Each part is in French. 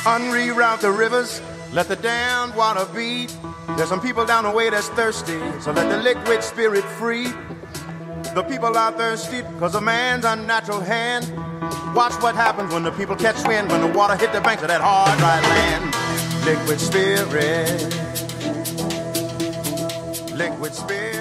Unreroute the rivers, let the damned water be. There's some people down the way that's thirsty, so let the liquid spirit free. The people are thirsty because of man's unnatural hand. Watch what happens when the people catch wind, when the water hit the banks of that hard, dry land. Liquid spirit, liquid spirit.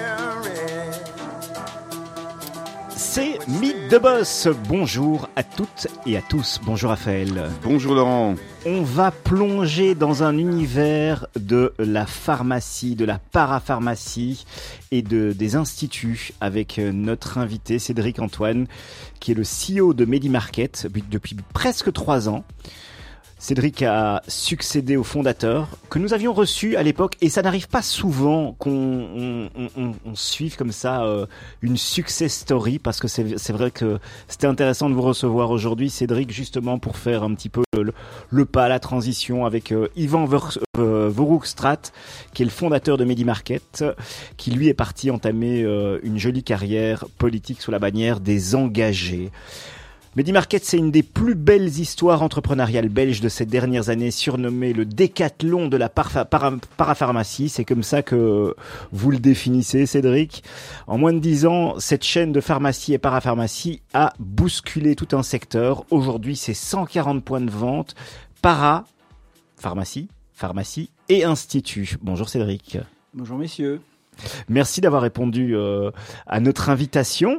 C'est Mythe de Boss. Bonjour à toutes et à tous. Bonjour Raphaël. Bonjour Laurent. On va plonger dans un univers de la pharmacie, de la parapharmacie et des instituts avec notre invité Cédric Antoine, qui est le CEO de MediMarket depuis presque 3 ans. Cédric a succédé au fondateur que nous avions reçu à l'époque, et ça n'arrive pas souvent qu'on suive comme ça une success story, parce que c'est vrai que c'était intéressant de vous recevoir aujourd'hui, Cédric, justement pour faire un petit peu le pas, la transition avec Yvan Verhoekstraat, qui est le fondateur de MediMarket, qui lui est parti entamer une jolie carrière politique sous la bannière des engagés. MediMarket, c'est une des plus belles histoires entrepreneuriales belges de ces dernières années, surnommée le décathlon de la parapharmacie. C'est comme ça que vous le définissez, Cédric. En moins de 10 ans, cette chaîne de pharmacie et parapharmacie a bousculé tout un secteur. Aujourd'hui, c'est 140 points de vente, pharmacie et institut. Bonjour Cédric. Bonjour messieurs. Merci d'avoir répondu à notre invitation.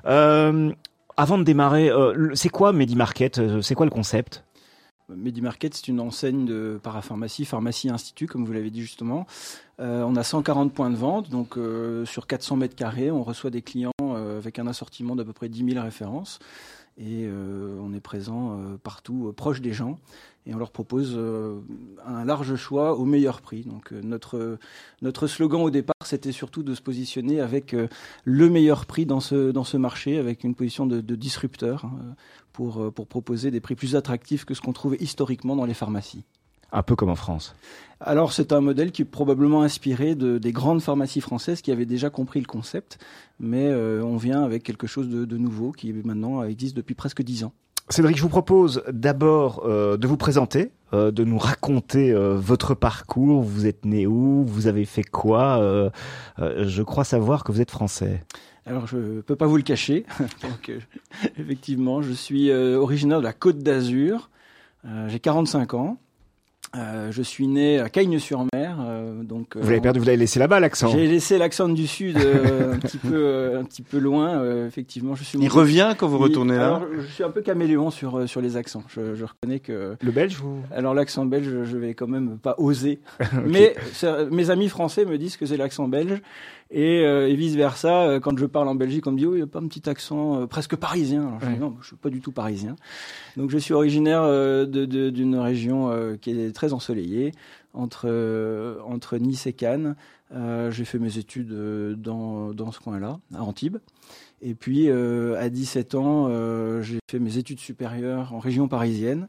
Avant de démarrer, c'est quoi MediMarket ? C'est quoi le concept ? MediMarket, c'est une enseigne de parapharmacie, pharmacie institut, comme vous l'avez dit justement. On a 140 points de vente, donc sur 400 mètres carrés, on reçoit des clients avec un assortiment d'à peu près 10 000 références. Et on est présent partout, proche des gens. Et on leur propose un large choix au meilleur prix. Donc notre slogan au départ, c'était surtout de se positionner avec le meilleur prix dans ce marché, avec une position de disrupteur, pour proposer des prix plus attractifs que ce qu'on trouvait historiquement dans les pharmacies. Un peu comme en France. Alors c'est un modèle qui est probablement inspiré des grandes pharmacies françaises qui avaient déjà compris le concept, mais on vient avec quelque chose de nouveau qui maintenant existe depuis presque 10 ans. Cédric, je vous propose d'abord de vous présenter, de nous raconter votre parcours. Vous êtes né où ? Vous avez fait quoi ? Je crois savoir que vous êtes français. Alors je peux pas vous le cacher. Donc effectivement, je suis originaire de la Côte d'Azur. J'ai 45 ans. Je suis né à Cagnes-sur-Mer, donc. Vous l'avez laissé là-bas l'accent. J'ai laissé l'accent du sud un petit peu loin. Effectivement, je suis. Il revient quand vous retournez là. Alors, je suis un peu caméléon sur les accents. Je reconnais que. Le belge ou. Alors l'accent belge, je vais quand même pas oser. Okay. Mais mes amis français me disent que c'est l'accent belge. Et vice versa, quand je parle en Belgique, on me dit il y a pas un petit accent presque parisien. Alors je dis non, je suis pas du tout parisien. Donc je suis originaire d'une région qui est très ensoleillée, entre Nice et Cannes. J'ai fait mes études dans ce coin-là, à Antibes. Et puis à 17 ans, j'ai fait mes études supérieures en région parisienne.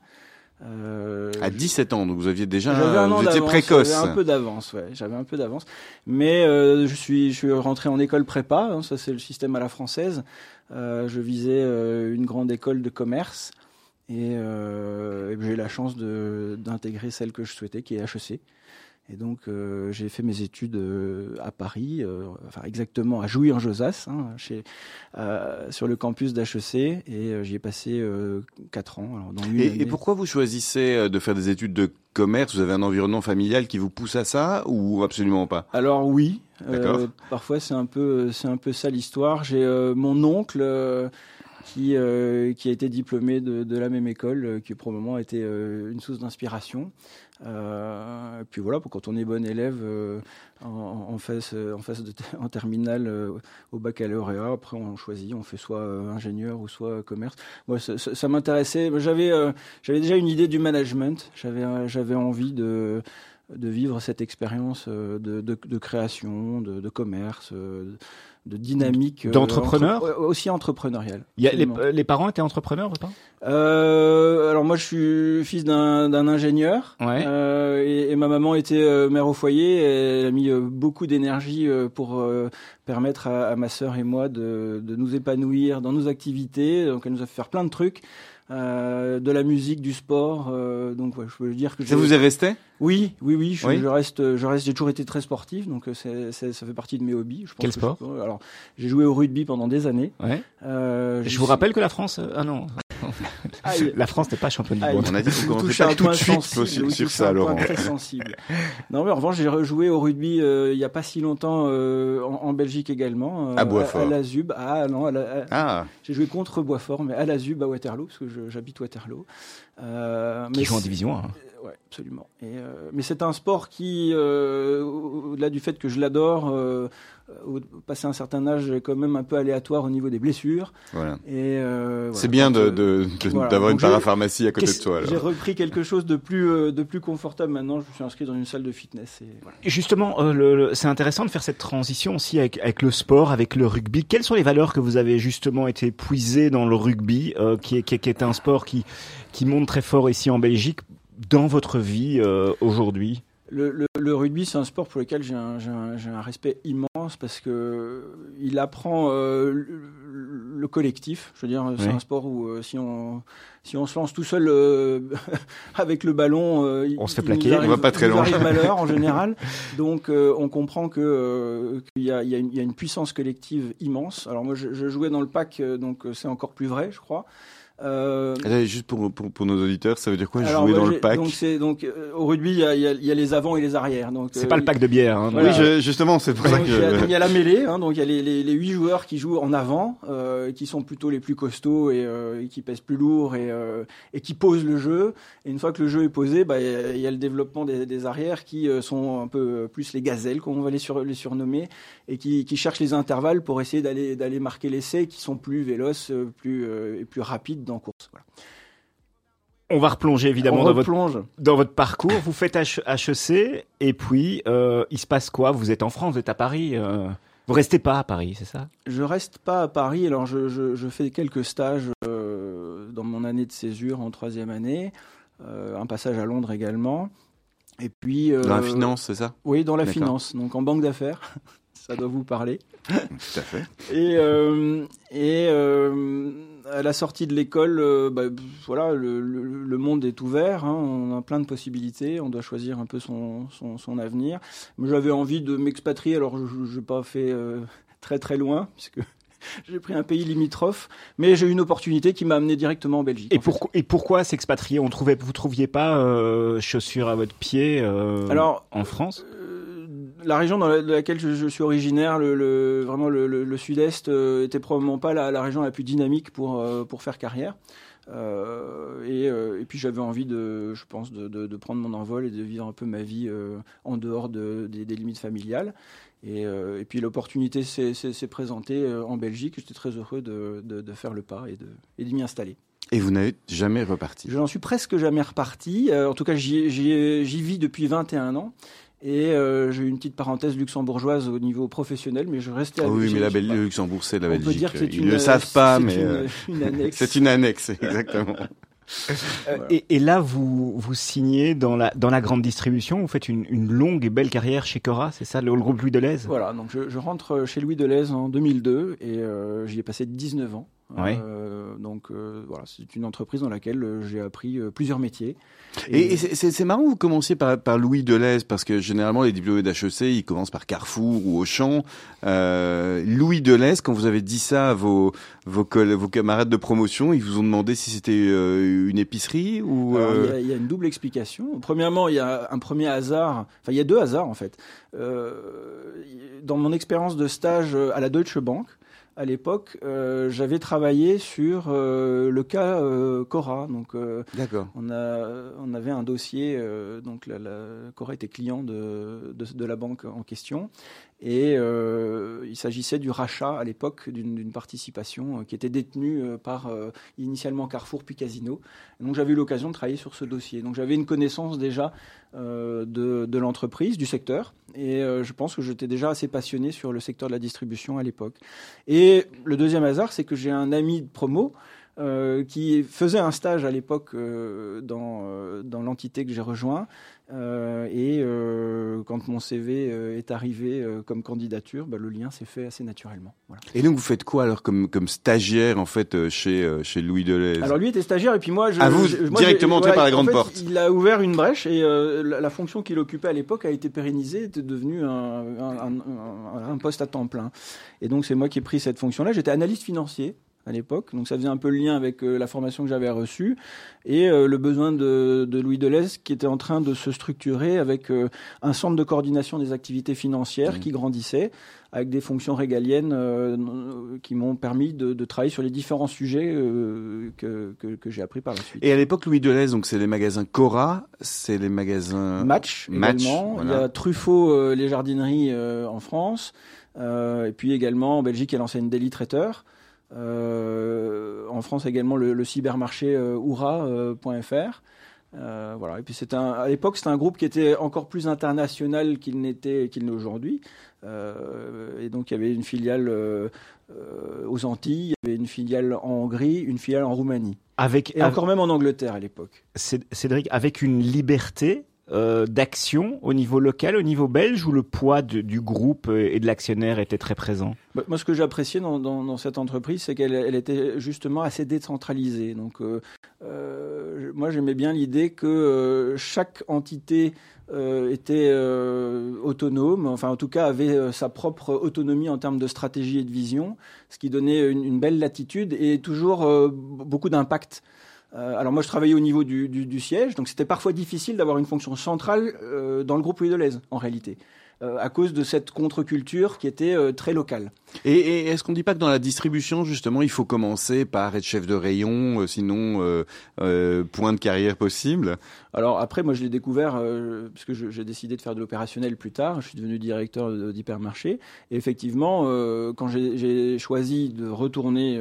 À 17 ans, donc vous aviez déjà vous étiez précoce. J'avais un peu d'avance, mais je suis rentré en école prépa, hein, ça c'est le système à la française. Je visais une grande école de commerce et j'ai eu la chance d'intégrer celle que je souhaitais, qui est HEC. Et donc j'ai fait mes études à Paris, exactement à Jouy-en-Josas, sur le campus d'HEC, et j'y ai passé 4 ans. Alors, dans une année. Et pourquoi vous choisissez de faire des études de commerce ? Vous avez un environnement familial qui vous pousse à ça, ou absolument pas ? Alors oui, parfois c'est un peu ça l'histoire. J'ai mon oncle qui a été diplômé de la même école, qui probablement a été une source d'inspiration. Et puis voilà, quand on est bon élève en terminale au baccalauréat, après on choisit, on fait soit ingénieur ou soit commerce. Moi, ça m'intéressait. J'avais déjà une idée du management. J'avais envie de vivre cette expérience de création, de commerce, de dynamique. D'entrepreneur aussi entrepreneuriale. Les parents étaient entrepreneurs ou pas ? Alors moi je suis fils d'un ingénieur, et ma maman était mère au foyer, et elle a mis beaucoup d'énergie pour permettre à ma sœur et moi de nous épanouir dans nos activités. Donc elle nous a fait faire plein de trucs. de la musique, du sport. Donc je peux dire que ça vous est resté? Oui. Je reste. J'ai toujours été très sportif, donc ça fait partie de mes hobbies. Je pense. Quel sport? Alors, j'ai joué au rugby pendant des années. Ouais. Je vous rappelle que la France. Ah non. La France n'est pas championne du monde. On a dit qu'on commençait pas tout de suite sur ça, Laurent. Très sensible. Non, mais en revanche, j'ai rejoué au rugby il y a pas si longtemps en Belgique également. À Boisfort. À la Zub. J'ai joué contre Boisfort, mais à la Zub à Waterloo, parce que j'habite Waterloo. Qui joue en division 1. Ouais, absolument. Mais c'est un sport qui, au-delà du fait que je l'adore, passer un certain âge, est quand même un peu aléatoire au niveau des blessures. Voilà. Voilà. C'est bien d'avoir une parapharmacie à côté de toi. Alors. J'ai repris quelque chose de plus confortable maintenant. Je me suis inscrit dans une salle de fitness. Voilà. Justement, c'est intéressant de faire cette transition aussi avec le sport, avec le rugby. Quelles sont les valeurs que vous avez justement été puisées dans le rugby, qui est un sport qui monte très fort ici en Belgique, dans votre vie aujourd'hui? Le rugby, c'est un sport pour lequel j'ai un respect immense parce que il apprend le collectif. Je veux dire, c'est un sport où si on se lance tout seul avec le ballon, on se fait plaquer. On va pas très loin. Il arrive malheur en général. Donc on comprend qu'il y a une puissance collective immense. Alors moi, je jouais dans le pack, donc c'est encore plus vrai, je crois. Juste pour nos auditeurs, ça veut dire quoi jouer dans le pack? Donc au rugby, il y a les avants et les arrières. Donc c'est pas le pack de bière. Hein, voilà. Oui, justement, c'est pour ça que il y a la mêlée. Donc il y a les 8 joueurs qui jouent en avant, qui sont plutôt les plus costauds et qui pèsent plus lourd et qui posent le jeu. Et une fois que le jeu est posé, il y a le développement des arrières qui sont un peu plus les gazelles, comme on va les surnommer, et qui cherchent les intervalles pour essayer d'aller marquer l'essai, qui sont plus véloces, plus rapides en course. Voilà. On va replonger évidemment dans votre parcours. Vous faites HEC et puis il se passe quoi? Vous êtes en France, vous êtes à Paris. Vous restez pas à Paris, c'est ça? Je reste pas à Paris. Alors je fais quelques stages dans mon année de césure en 3e année, un passage à Londres également. Et puis dans la finance, c'est ça? Oui, dans la finance, donc en banque d'affaires. Ça doit vous parler. Tout à fait. Et à la sortie de l'école, voilà, le monde est ouvert. Hein, on a plein de possibilités. On doit choisir un peu son avenir. Moi, j'avais envie de m'expatrier. Alors, je n'ai pas fait très très loin, puisque j'ai pris un pays limitrophe, mais j'ai eu une opportunité qui m'a amené directement en Belgique. Et pourquoi s'expatrier? Vous trouviez pas chaussures à votre pied en France? La région dans laquelle je suis originaire, vraiment le sud-est, était probablement pas la région la plus dynamique pour faire carrière. Et puis j'avais envie je pense de prendre mon envol et de vivre un peu ma vie en dehors des limites familiales. Et puis l'opportunité s'est présentée en Belgique. J'étais très heureux de faire le pas et d'y m'y installer. Et vous n'avez jamais reparti? Je n'en suis presque jamais reparti. En tout cas, j'y vis depuis 21 ans. Et j'ai eu une petite parenthèse luxembourgeoise au niveau professionnel, mais je restais à oui, mais le Luxembourg, c'est la Belgique. On peut dire que ils ne le savent pas, mais une annexe. C'est une annexe, exactement. Voilà. Et là, vous signez dans la grande distribution. Vous faites une longue et belle carrière chez Cora, c'est ça, le groupe Louis Delhaize? Voilà, donc je rentre chez Louis Delhaize en 2002 et j'y ai passé 19 ans. Ouais. Donc voilà, c'est une entreprise dans laquelle j'ai appris plusieurs métiers. Et c'est marrant, vous commenciez par Louis Delhaize, parce que généralement les diplômés d'HEC, ils commencent par Carrefour ou Auchan. Louis Delhaize, quand vous avez dit ça à vos camarades de promotion, ils vous ont demandé si c'était une épicerie ou il y a une double explication. Premièrement, il y a un premier hasard, enfin il y a deux hasards en fait. Dans mon expérience de stage à la Deutsche Bank, à l'époque, j'avais travaillé sur le cas Cora. Donc, d'accord. On avait un dossier. Donc, Cora était client de la banque en question, et il s'agissait du rachat à l'époque d'une participation qui était détenue par initialement Carrefour puis Casino. Et donc, j'avais eu l'occasion de travailler sur ce dossier. Donc, j'avais une connaissance déjà de l'entreprise, du secteur, et je pense que j'étais déjà assez passionné sur le secteur de la distribution à l'époque. Et le deuxième hasard, c'est que j'ai un ami de promo qui faisait un stage à l'époque dans l'entité que j'ai rejoint. Quand mon CV est arrivé comme candidature, le lien s'est fait assez naturellement. Voilà. Et donc vous faites quoi alors comme stagiaire en fait chez Louis Deleuze? Alors lui était stagiaire et puis moi directement entré par la grande porte. Il a ouvert une brèche et la fonction qu'il occupait à l'époque a été pérennisée, était devenue un poste à temps plein. Et donc c'est moi qui ai pris cette fonction-là. J'étais analyste financier à l'époque, donc ça faisait un peu le lien avec la formation que j'avais reçue et le besoin de Louis Deleuze qui était en train de se structurer avec un centre de coordination des activités financières qui grandissait avec des fonctions régaliennes qui m'ont permis de travailler sur les différents sujets que j'ai appris par la suite. Et à l'époque, Louis Deleuze, donc c'est les magasins Cora, c'est les magasins Match également. Voilà. Il y a Truffaut, les jardineries en France, et puis également en Belgique, il y a l'enseigne Daily Traiteur. En France également le cybermarché oura.fr. Voilà. Et puis à l'époque c'était un groupe qui était encore plus international qu'il n'est aujourd'hui. Et donc il y avait une filiale aux Antilles, il y avait une filiale en Hongrie, une filiale en Roumanie. Encore même en Angleterre à l'époque. Cédric, avec une liberté d'action au niveau local, au niveau belge, où le poids du groupe et de l'actionnaire était très présent? Moi, ce que j'appréciais dans cette entreprise, c'est qu'elle était justement assez décentralisée. Donc, moi, j'aimais bien l'idée que chaque entité était autonome, enfin, en tout cas, avait sa propre autonomie en termes de stratégie et de vision, ce qui donnait une belle latitude et toujours beaucoup d'impact. Alors moi je travaillais au niveau du siège, donc c'était parfois difficile d'avoir une fonction centrale dans le groupe Louis Deleuze en réalité, à cause de cette contre-culture qui était très locale. Et est-ce qu'on ne dit pas que dans la distribution justement il faut commencer par être chef de rayon, sinon point de carrière possible? Alors après moi je l'ai découvert parce que j'ai décidé de faire de l'opérationnel plus tard, je suis devenu directeur d'hypermarché et effectivement quand j'ai choisi de retourner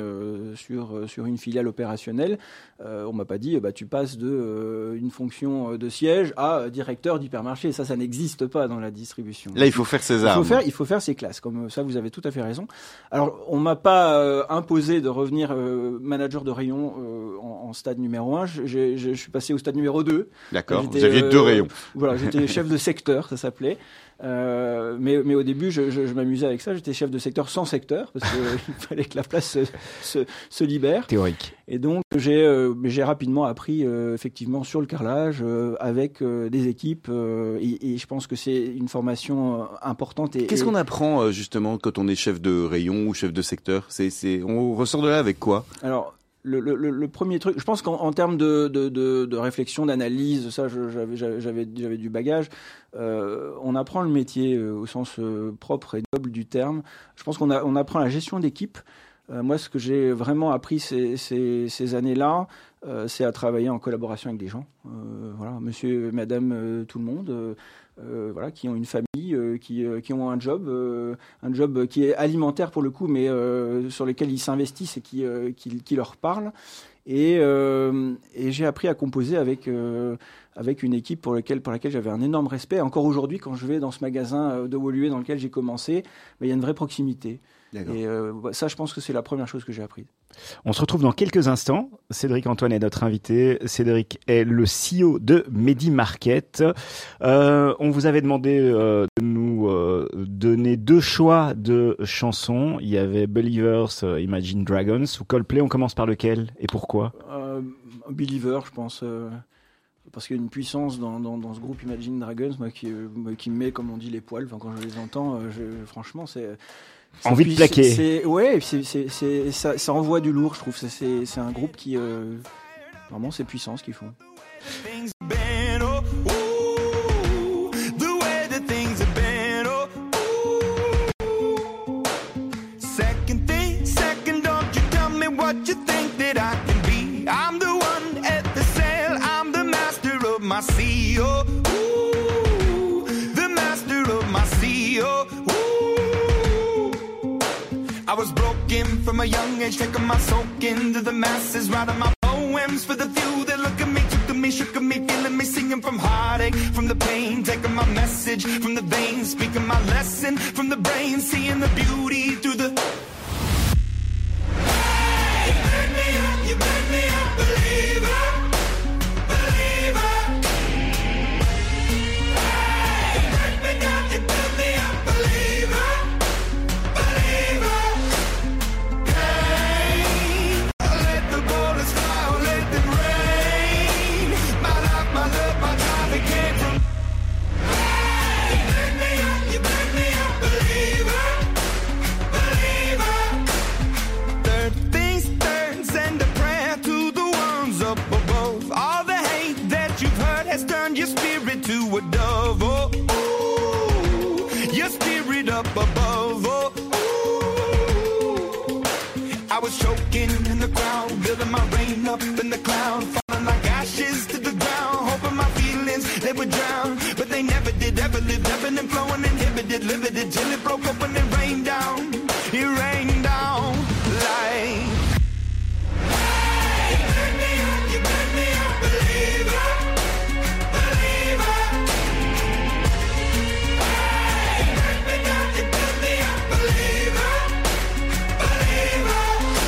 sur une filiale opérationnelle, on m'a pas dit tu passes de une fonction de siège à directeur d'hypermarché, ça n'existe pas dans la distribution. Là il faut faire ses armes. Il faut faire ses classes, comme ça vous avez tout à fait raison. Alors on m'a pas imposé de revenir manager de rayon en stade numéro 1, je suis passé au stade numéro 2. D'accord, vous aviez 2 rayons. Voilà, j'étais chef de secteur, ça s'appelait. Mais au début, je m'amusais avec ça. J'étais chef de secteur sans secteur parce qu'il fallait que la place se libère. Théorique. Et donc, j'ai rapidement appris effectivement sur le carrelage avec des équipes. Et je pense que c'est une formation importante. Qu'est-ce qu'on apprend justement quand on est chef de rayon ou chef de secteur? On ressort de là avec quoi? Alors, le premier truc, je pense qu'en termes de réflexion, d'analyse, ça, j'avais du bagage. On apprend le métier au sens propre et noble du terme. Je pense qu'on apprend la gestion d'équipe. Moi, ce que j'ai vraiment appris ces années-là, c'est à travailler en collaboration avec des gens. Voilà, monsieur, madame, tout le monde. Voilà, qui ont une famille, qui ont un job qui est alimentaire pour le coup, mais sur lequel ils s'investissent et qui leur parle. Et j'ai appris à composer avec une équipe pour laquelle j'avais un énorme respect. Encore aujourd'hui, quand je vais dans ce magasin de Woluwe dans lequel j'ai commencé, il y a une vraie proximité. D'accord. Et ça, je pense que c'est la première chose que j'ai apprise. On se retrouve dans quelques instants. Cédric Antoine est notre invité. Cédric est le CEO de Medi-Market. On vous avait demandé de nous donner 2 choix de chansons. Il y avait Believers, Imagine Dragons ou Coldplay. On commence par lequel et pourquoi? Believer, je pense. Parce qu'il y a une puissance dans ce groupe Imagine Dragons, moi, qui me met, comme on dit, les poils. Enfin, quand je les entends, franchement, c'est envie de plaquer. Ouais, ça envoie du lourd, je trouve. C'est un groupe qui, vraiment, c'est puissant ce qu'ils font. My CEO, ooh, the master of my CEO. Ooh. I was broken from a young age, taking my soak into the masses, writing my poems for the few that look at me, took to me, shook at me, feeling me, singing from heartache, from the pain, taking my message from the veins, speaking my lesson from the brain, seeing the beauty through the. Hey, turn me up, you better. has turned your spirit to a dove. Oh, ooh, your spirit up above. Oh, ooh. I was choking in the crowd, building my rain up in the cloud, falling like ashes to the ground, hoping my feelings they would drown, but they never did. Ever lived, ebbing and flowing, inhibited, limited, till it broke open and rained down. It rained down like. Hey, you burn me up, believer, believer. Hey, you burn me up, believer, believer.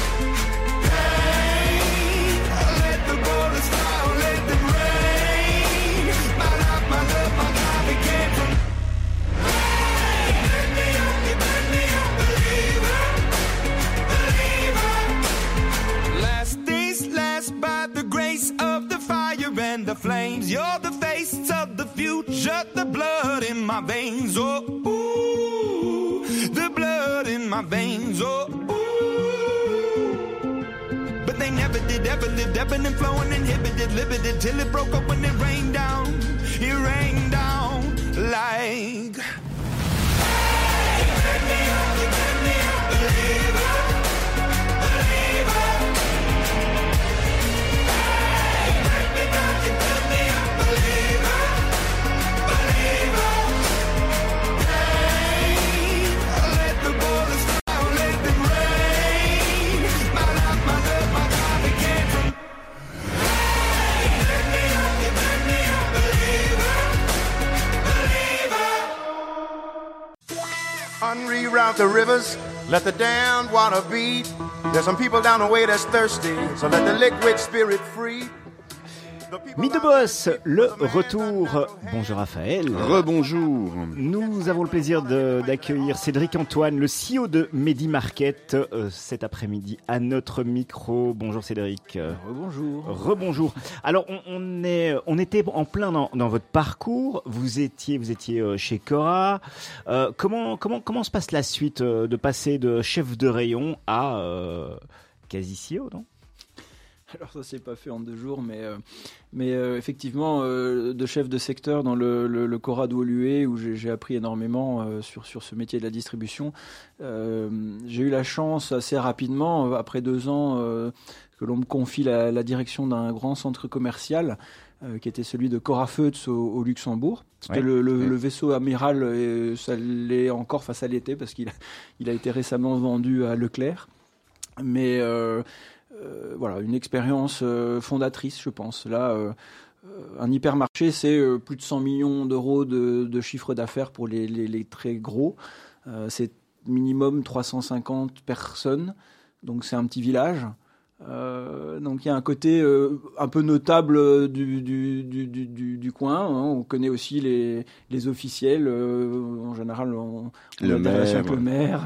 Hey, let the bullets fly, let them rain. My life, my love, my God, it came from. Hey, you burn me up, believer, believer. Last days last by the grace of the fire and the flames. You're the face of the future, the blood in my veins. Oh, ooh, the blood in my veins. Oh, ooh. But they never did, ever lived, ebbing and flowing, inhibited, limited, till it broke up when it rained down. It rained down like. Hey, you burn me up, believer, believer. Hey, you burn me up, believer, believer. Hey, let the bullets fly, let them rain. My life, my love, my God, it came from. Hey, you burn me up, believer, believer. Unreroute the rivers, let the damned water beat. There's some people down the way that's thirsty, so let the liquid spirit free. The people Mythe de Boss, le retour. Bonjour Raphaël. Rebonjour. Nous avons le plaisir d'accueillir Cédric Antoine, le CEO de Medi Market, cet après-midi à notre micro. Bonjour Cédric. Bonjour. Rebonjour. Alors on était en plein dans votre parcours. Vous étiez chez Cora. Comment se passe la suite de passer de chef de rayon à quasi CEO, non? Alors ça s'est pas fait en 2 jours, mais effectivement, de chef de secteur dans le Cora d'Woluwe, où j'ai appris énormément sur ce métier de la distribution. J'ai eu la chance assez rapidement, après 2 ans, que l'on me confie la direction d'un grand centre commercial, qui était celui de Cora Feuds au Luxembourg. C'était le vaisseau amiral, et ça l'est encore, enfin ça l'était, parce qu'il a été récemment vendu à Leclerc. Mais voilà, une expérience fondatrice, je pense. Là, un hypermarché, c'est plus de 100 millions d'euros de chiffre d'affaires pour les très gros. C'est minimum 350 personnes, donc c'est un petit village. Donc il y a un côté un peu notable du coin, hein. On connaît aussi les officiels, en général on a des relations avec le maire,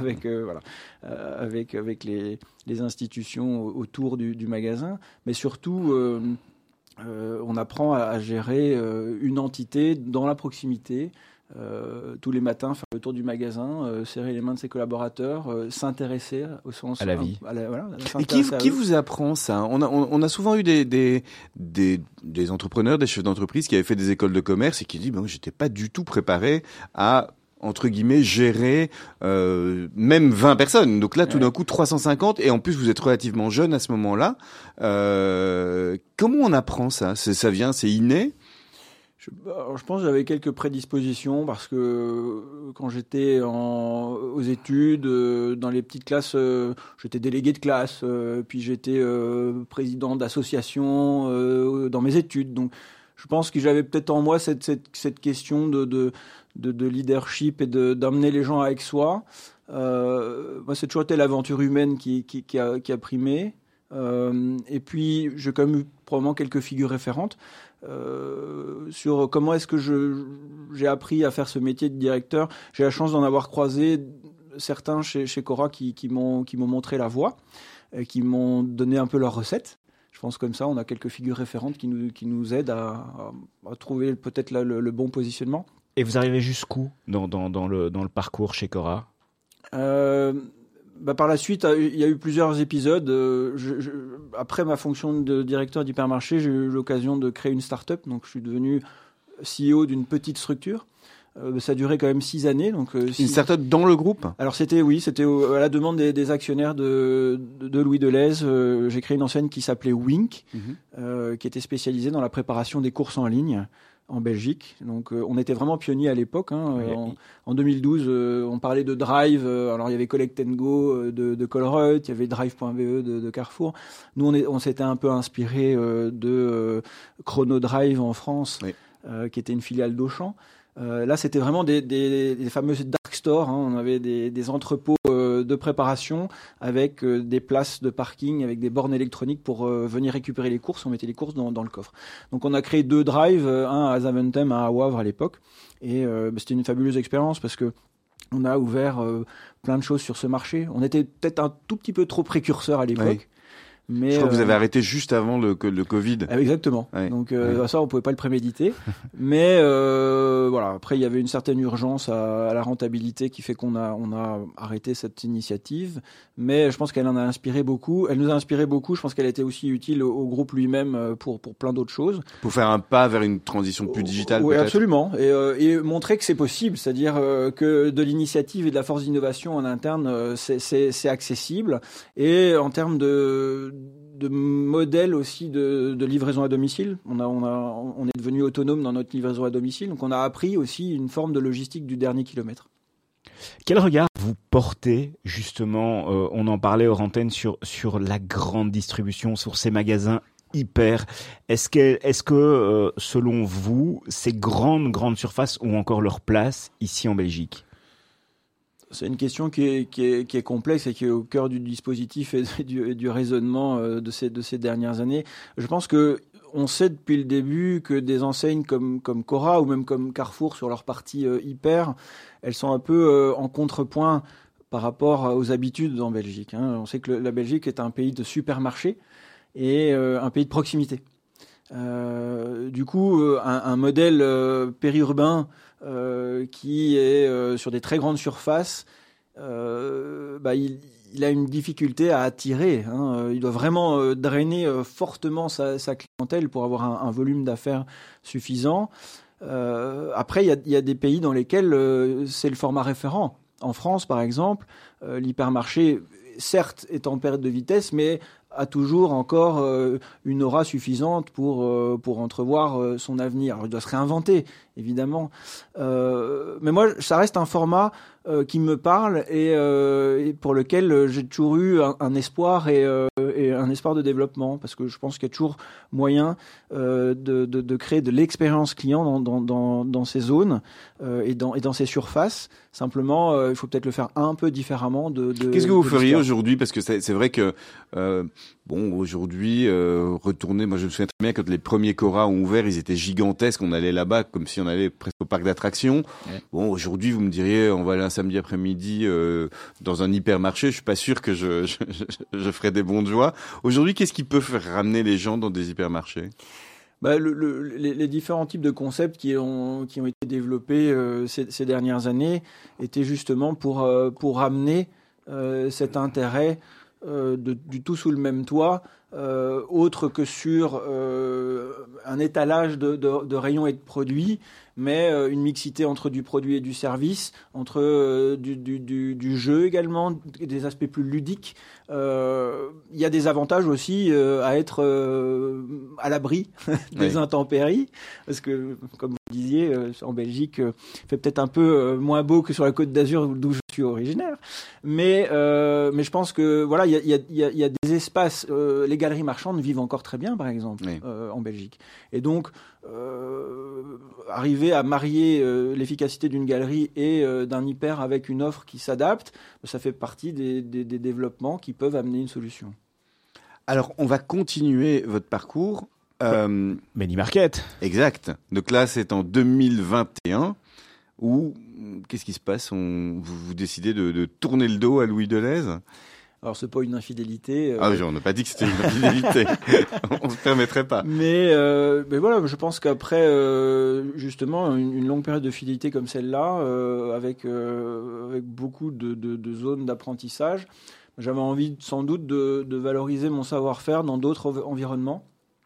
avec les institutions autour du magasin, mais surtout on apprend à gérer une entité dans la proximité. Tous les matins, faire le tour du magasin, serrer les mains de ses collaborateurs, s'intéresser au sens à la vie. Et qui vous apprend ça? On a souvent eu des entrepreneurs, des chefs d'entreprise qui avaient fait des écoles de commerce et qui disent j'étais pas du tout préparé à entre guillemets gérer même 20 personnes. Donc là tout d'un coup 350 et en plus vous êtes relativement jeune à ce moment-là. Comment on apprend ça? Ça vient, c'est inné? Je pense que j'avais quelques prédispositions parce que quand j'étais aux études, dans les petites classes, j'étais délégué de classe, puis j'étais président d'association dans mes études. Donc je pense que j'avais peut-être en moi cette question de leadership et d'emmener les gens avec soi. Moi, c'est toujours été l'aventure humaine qui a primé. Et puis, j'ai quand même eu probablement quelques figures référentes sur comment est-ce que j'ai appris à faire ce métier de directeur. J'ai la chance d'en avoir croisé certains chez Cora qui m'ont montré la voie, qui m'ont donné un peu leurs recettes. Je pense comme ça, on a quelques figures référentes qui nous aident à trouver peut-être le bon positionnement. Et vous arrivez jusqu'où dans le parcours chez Cora? Par la suite, il y a eu plusieurs épisodes. Après ma fonction de directeur d'hypermarché, j'ai eu l'occasion de créer une start-up. Donc, je suis devenu CEO d'une petite structure. Ça a duré quand même 6 années. Donc, Une start-up dans le groupe ? Alors, c'était à la demande des actionnaires de Louis Delhaize. J'ai créé une enseigne qui s'appelait Wink, qui était spécialisée dans la préparation des courses en ligne en Belgique. Donc, on était vraiment pionniers à l'époque. En 2012, on parlait de Drive. Alors, il y avait Collect & Go de Colruyt, il y avait Drive.be de Carrefour. Nous, on s'était un peu inspiré de Chrono Drive en France, qui était une filiale d'Auchan. Là, c'était vraiment des fameuses dark stores. On avait des entrepôts de préparation avec des places de parking, avec des bornes électroniques pour venir récupérer les courses. On mettait les courses dans le coffre. Donc, on a créé 2 drives, un à Zaventem, un à Wavre à l'époque. Et c'était une fabuleuse expérience parce que on a ouvert plein de choses sur ce marché. On était peut-être un tout petit peu trop précurseur à l'époque. Oui. Mais je crois que vous avez arrêté juste avant le Covid. Exactement. Donc ça, on pouvait pas le préméditer. Mais voilà. Après, il y avait une certaine urgence à la rentabilité qui fait qu'on a arrêté cette initiative. Mais je pense qu'elle en a inspiré beaucoup. Elle nous a inspiré beaucoup. Je pense qu'elle a été aussi utile au groupe lui-même pour plein d'autres choses. Pour faire un pas vers une transition plus digitale. Oui, peut-être. Absolument. Et montrer que c'est possible. C'est-à-dire que de l'initiative et de la force d'innovation en interne, c'est accessible. Et en termes de modèle aussi de livraison à domicile. On est devenu autonome dans notre livraison à domicile. Donc, on a appris aussi une forme de logistique du dernier kilomètre. Quel regard vous portez, justement, on en parlait hors antenne, sur la grande distribution, sur ces magasins hyper. Est-ce que selon vous, ces grandes surfaces ont encore leur place ici en Belgique ? C'est une question qui est complexe et qui est au cœur du dispositif et du raisonnement de ces dernières années. Je pense que on sait depuis le début que des enseignes comme Cora ou même comme Carrefour sur leur partie hyper, elles sont un peu en contrepoint par rapport aux habitudes en Belgique. On sait que la Belgique est un pays de supermarchés et un pays de proximité. Du coup, un modèle périurbain qui est sur des très grandes surfaces, il a une difficulté à attirer. Il doit vraiment drainer fortement sa clientèle pour avoir un volume d'affaires suffisant. Après, il y a des pays dans lesquels c'est le format référent. En France, par exemple, l'hypermarché, certes, est en perte de vitesse, mais a toujours encore une aura suffisante pour entrevoir son avenir. Alors, il doit se réinventer, évidemment. Mais moi, ça reste un format qui me parle et pour lequel j'ai toujours eu un espoir et un espoir de développement, parce que je pense qu'il y a toujours moyen de créer de l'expérience client dans ces zones et dans ces surfaces. Simplement, il faut peut-être le faire un peu différemment. Qu'est-ce que vous feriez aujourd'hui ? Parce que c'est vrai que aujourd'hui, retourner. Moi, je me souviens très bien quand les premiers Cora ont ouvert, ils étaient gigantesques. On allait là-bas comme si on allait presque au parc d'attractions. Ouais. Bon, aujourd'hui, vous me diriez, on va aller un samedi après-midi dans un hypermarché. Je suis pas sûr que je ferais des bonds de joie. Aujourd'hui, qu'est-ce qui peut faire ramener les gens dans des hypermarchés ? Les différents types de concepts qui ont été développés ces dernières années étaient justement pour ramener cet intérêt du tout sous le même toit, autre que sur un étalage de rayons et de produits, mais une mixité entre du produit et du service, entre du jeu également, des aspects plus ludiques. Il y a des avantages aussi à être à l'abri des intempéries, parce que, comme vous disiez, en Belgique, il fait peut-être un peu moins beau que sur la Côte d'Azur, d'où je suis originaire. Mais je pense que voilà, il y a des espaces. Les galeries marchandes vivent encore très bien, par exemple, en Belgique. Et donc, arriver à marier l'efficacité d'une galerie et d'un hyper avec une offre qui s'adapte, ça fait partie des développements qui peuvent amener une solution. Alors, on va continuer votre parcours. Many Market. Exact. Donc là, c'est en 2021 où, qu'est-ce qui se passe ? Vous décidez de tourner le dos à Louis Delhaize ? Alors c'est pas une infidélité. Ah oui, on n'a pas dit que c'était une infidélité. On se permettrait pas. Mais voilà, je pense qu'après justement une longue période de fidélité comme celle-là, avec beaucoup de zones d'apprentissage, j'avais envie sans doute de valoriser mon savoir-faire dans d'autres environnements.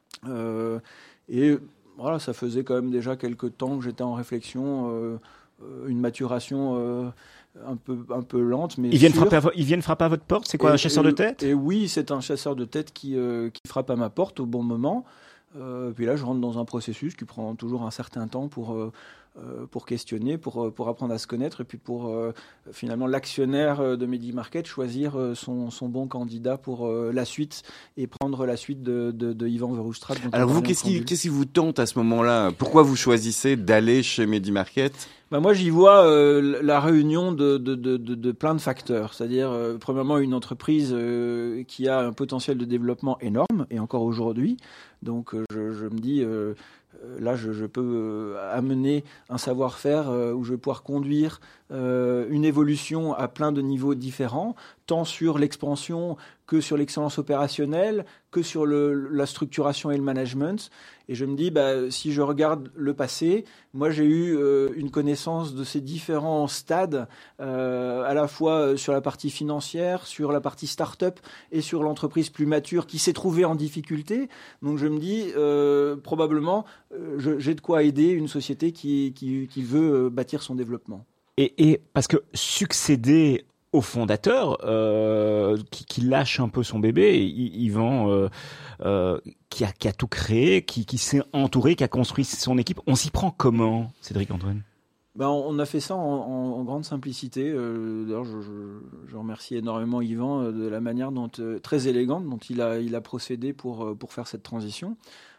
Et voilà, ça faisait quand même déjà quelques temps que j'étais en réflexion, une maturation un peu lente, mais ils viennent frapper à votre porte. C'est quoi, un chasseur de tête? Et oui, c'est un chasseur de tête qui frappe à ma porte au bon moment. Puis là, je rentre dans un processus qui prend toujours un certain temps pour questionner, pour apprendre à se connaître, et puis pour finalement l'actionnaire de MediMarket choisir son bon candidat pour la suite et prendre la suite de Yvan Verhofstadt. Alors vous, qu'est-ce qui vous tente à ce moment-là? Pourquoi vous choisissez d'aller chez MediMarket? Moi, j'y vois la réunion de plein de facteurs. C'est-à-dire, premièrement, une entreprise qui a un potentiel de développement énorme, et encore aujourd'hui. Donc, je me dis, là, je peux amener un savoir-faire où je vais pouvoir conduire une évolution à plein de niveaux différents, tant sur l'expansion que sur l'excellence opérationnelle, que sur la structuration et le management. Et je me dis, si je regarde le passé, moi j'ai eu une connaissance de ces différents stades, à la fois sur la partie financière, sur la partie start-up et sur l'entreprise plus mature qui s'est trouvée en difficulté. Donc je me dis, probablement, j'ai de quoi aider une société qui veut bâtir son développement. Et parce que succéder au fondateur qui lâche un peu son bébé, Yvan, qui a tout créé, qui s'est entouré, qui a construit son équipe. On s'y prend comment, Cédric Antoine? On a fait ça en grande simplicité. D'ailleurs, je remercie énormément Yvan de la manière très élégante dont il a procédé pour faire cette transition.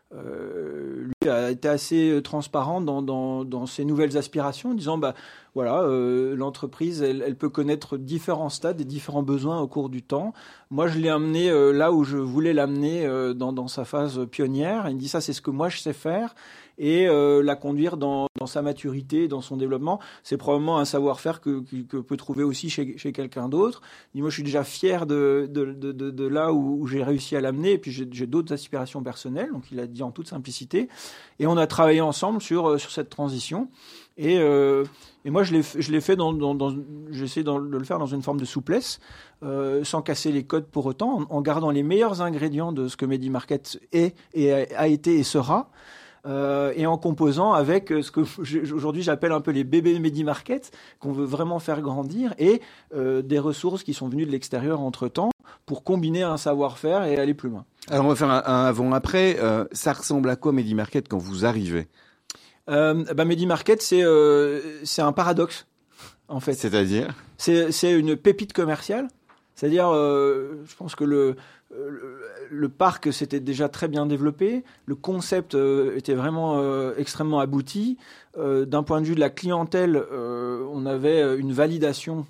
Lui a été assez transparent dans ses nouvelles aspirations, en disant l'entreprise elle peut connaître différents stades et différents besoins au cours du temps. Moi je l'ai amené là où je voulais l'amener dans sa phase pionnière. Il me dit ça c'est ce que moi je sais faire, et la conduire dans sa maturité, dans son développement, c'est probablement un savoir-faire que peut trouver aussi chez quelqu'un d'autre. Il dit, moi je suis déjà fier de là où j'ai réussi à l'amener, et puis j'ai d'autres aspirations personnelles, donc il a dit en toute simplicité, et on a travaillé ensemble sur cette transition, et moi je l'ai fait j'essaie de le faire dans une forme de souplesse, sans casser les codes pour autant, en gardant les meilleurs ingrédients de ce que MediMarket est et a été et sera, et en composant avec ce que aujourd'hui j'appelle un peu les bébés MediMarket, qu'on veut vraiment faire grandir, et des ressources qui sont venues de l'extérieur entre-temps pour combiner un savoir-faire et aller plus loin. Alors on va faire un avant-après. Ça ressemble à quoi MediMarket quand vous arrivez? MediMarket, c'est un paradoxe, en fait. C'est-à-dire? C'est une pépite commerciale. C'est-à-dire, je pense que le parc s'était déjà très bien développé, le concept était vraiment extrêmement abouti. D'un point de vue de la clientèle, on avait une validation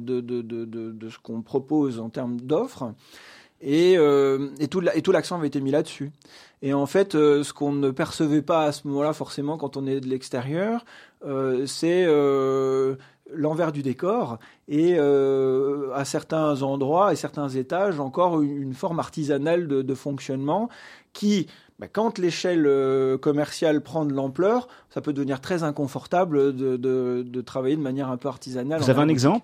de ce qu'on propose en termes d'offres, et tout l'accent avait été mis là-dessus. Et en fait, ce qu'on ne percevait pas à ce moment-là forcément quand on est de l'extérieur, c'est l'envers du décor, et à certains endroits et certains étages encore une forme artisanale de fonctionnement qui, quand l'échelle commerciale prend de l'ampleur, ça peut devenir très inconfortable de travailler de manière un peu artisanale. Vous avez un exemple ?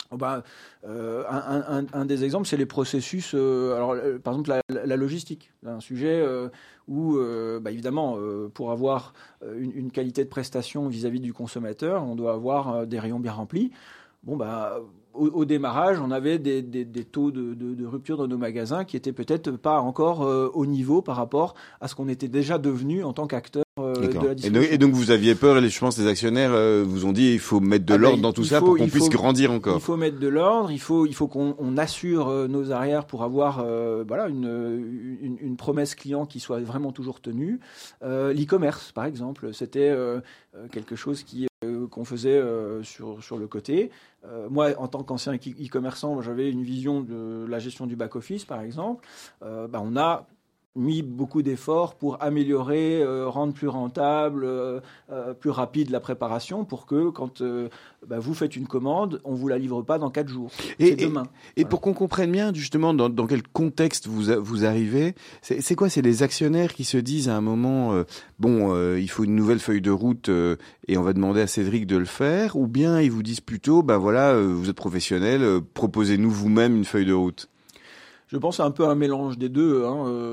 Un des exemples, c'est les processus. Par exemple, la logistique, un sujet où, évidemment, pour avoir une qualité de prestation vis-à-vis du consommateur, on doit avoir des rayons bien remplis. Au démarrage, on avait des taux de rupture dans nos magasins qui étaient peut-être pas encore au niveau par rapport à ce qu'on était déjà devenu en tant qu'acteur de la distribution. Et donc vous aviez peur, et je pense les actionnaires vous ont dit il faut mettre de l'ordre dans tout ça pour qu'on puisse grandir encore. Il faut mettre de l'ordre, il faut qu'on assure nos arrières pour avoir une promesse client qui soit vraiment toujours tenue. L'e-commerce, par exemple, c'était quelque chose qu'on faisait sur le côté. Moi, en tant qu'ancien e-commerçant, j'avais une vision de la gestion du back-office, par exemple. On a mis beaucoup d'efforts pour améliorer, rendre plus rentable, plus rapide la préparation pour que quand vous faites une commande, on vous la livre pas dans 4 jours. C'est demain. Et pour qu'on comprenne bien justement dans quel contexte vous arrivez, c'est quoi? C'est les actionnaires qui se disent à un moment, il faut une nouvelle feuille de route et on va demander à Cédric de le faire, ou bien ils vous disent plutôt, vous êtes professionnel, proposez-nous vous-même une feuille de route? Je pense à un peu un mélange des deux.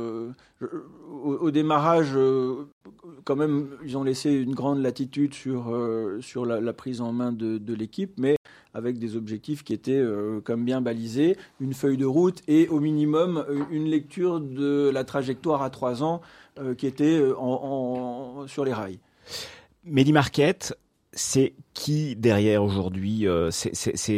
Au démarrage, quand même, ils ont laissé une grande latitude sur la prise en main de l'équipe, mais avec des objectifs qui étaient comme bien balisés, une feuille de route et au minimum une lecture de la trajectoire à 3 ans qui était sur les rails. Medi-Market, c'est qui derrière aujourd'hui? C'est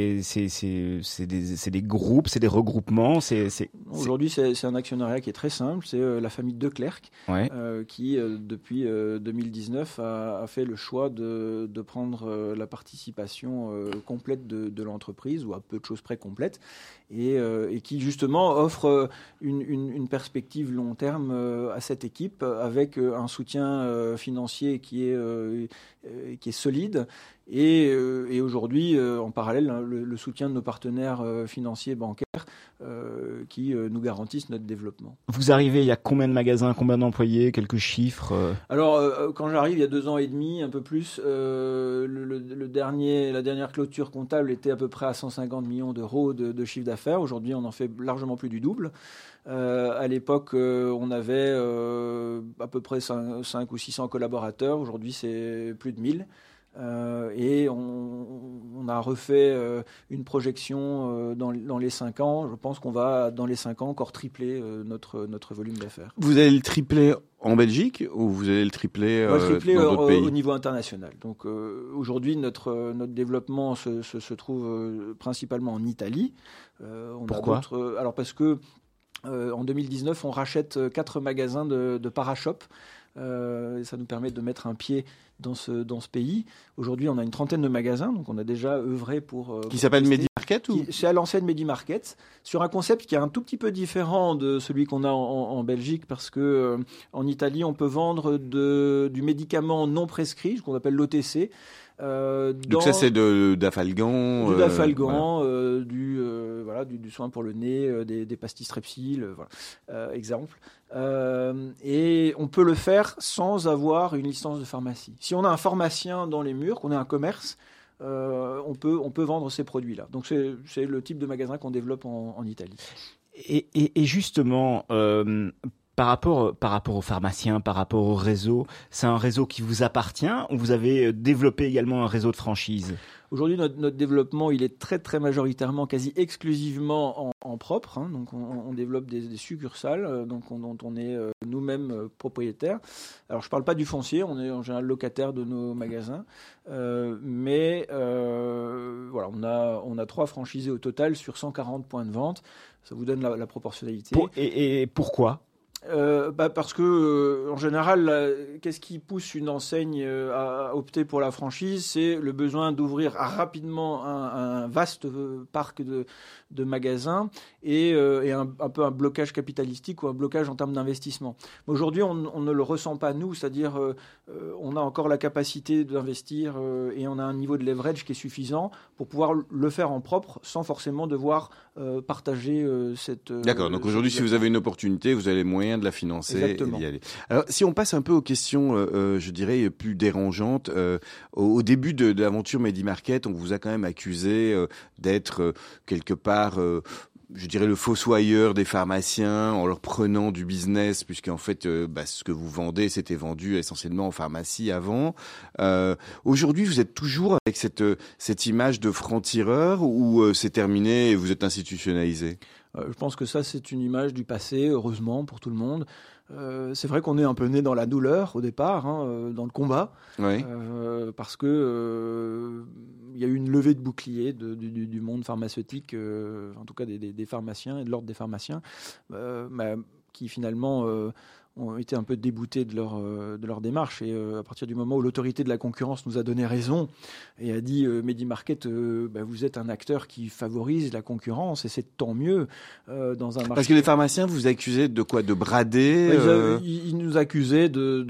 des groupes, c'est des regroupements. Aujourd'hui, c'est un actionnariat qui est très simple. C'est la famille De Clercq qui, depuis 2019, a fait le choix de prendre la participation complète de l'entreprise, ou à peu de choses près complète, et qui justement offre une perspective long terme à cette équipe avec un soutien financier qui est solide. Et aujourd'hui, en parallèle, le soutien de nos partenaires financiers bancaires qui nous garantissent notre développement. Vous arrivez, il y a combien de magasins, combien d'employés, quelques chiffres? Alors, quand j'arrive, il y a 2 ans et demi, un peu plus, la dernière clôture comptable était à peu près à 150 millions d'euros de chiffre d'affaires. Aujourd'hui, on en fait largement plus du double. À l'époque, on avait à peu près 5 ou 600 collaborateurs. Aujourd'hui, c'est plus de 1000. Et on a refait une projection dans les 5 ans. Je pense qu'on va, dans les 5 ans, encore tripler notre volume d'affaires. Vous allez le tripler en Belgique ou vous allez le tripler, dans d'autres pays? Au niveau international. Donc aujourd'hui, notre développement se trouve principalement en Italie. Pourquoi? Alors parce que en 2019, on rachète 4 magasins de Parashop. Ça nous permet de mettre un pied dans ce pays. Aujourd'hui, on a une trentaine de magasins, donc on a déjà œuvré pour... Qui s'appelle Medi-Market ou... C'est à l'ancienne Medi-Market, sur un concept qui est un tout petit peu différent de celui qu'on a en Belgique, parce que en Italie, on peut vendre du médicament non prescrit, ce qu'on appelle l'OTC. Donc ça, c'est d'Afalgan. Du Dafalgan, du soin pour le nez, des pastilles Strepsil, exemple. Et on peut le faire sans avoir une licence de pharmacie. Si on a un pharmacien dans les murs, qu'on a un commerce, on peut vendre ces produits-là. Donc c'est le type de magasin qu'on développe en Italie. Et justement, par rapport aux pharmaciens, par rapport au réseau, c'est un réseau qui vous appartient, ou vous avez développé également un réseau de franchise? Aujourd'hui, notre développement, il est très très majoritairement, quasi exclusivement en propre. Donc on développe des succursales, dont on est nous-mêmes propriétaires. Alors je ne parle pas du foncier, on est en général locataire de nos magasins, mais on a 3 franchisés au total sur 140 points de vente. Ça vous donne la proportionnalité. Et pourquoi? Parce que en général, qu'est-ce qui pousse une enseigne à opter pour la franchise? C'est le besoin d'ouvrir rapidement un vaste parc de magasins et un peu un blocage capitalistique ou un blocage en termes d'investissement. Mais aujourd'hui, on ne le ressent pas nous, c'est-à-dire on a encore la capacité d'investir et on a un niveau de leverage qui est suffisant pour pouvoir le faire en propre sans forcément devoir partager cette... D'accord, donc aujourd'hui, si vous avez une opportunité, vous avez les moyens de la financer. Exactement. Et d'y aller. Alors, si on passe un peu aux questions, je dirais, plus dérangeantes, au début de l'aventure Medi-Market, on vous a quand même accusé d'être quelque part... je dirais le fossoyeur des pharmaciens en leur prenant du business, puisqu'en fait, ce que vous vendez, c'était vendu essentiellement en pharmacie avant. Aujourd'hui, vous êtes toujours avec cette image de franc-tireur ou c'est terminé et vous êtes institutionnalisé? Je pense que ça, c'est une image du passé, heureusement, pour tout le monde. C'est vrai qu'on est un peu né dans la douleur au départ, dans le combat, oui. Parce que il y a eu une levée de bouclier du monde pharmaceutique, en tout cas des pharmaciens et de l'ordre des pharmaciens, qui finalement ont été un peu déboutés de leur démarche. Et à partir du moment où l'autorité de la concurrence nous a donné raison et a dit Medi-Market, vous êtes un acteur qui favorise la concurrence et c'est tant mieux dans un marché. Parce que les pharmaciens vous accusez de quoi? De brader Ils nous accusaient de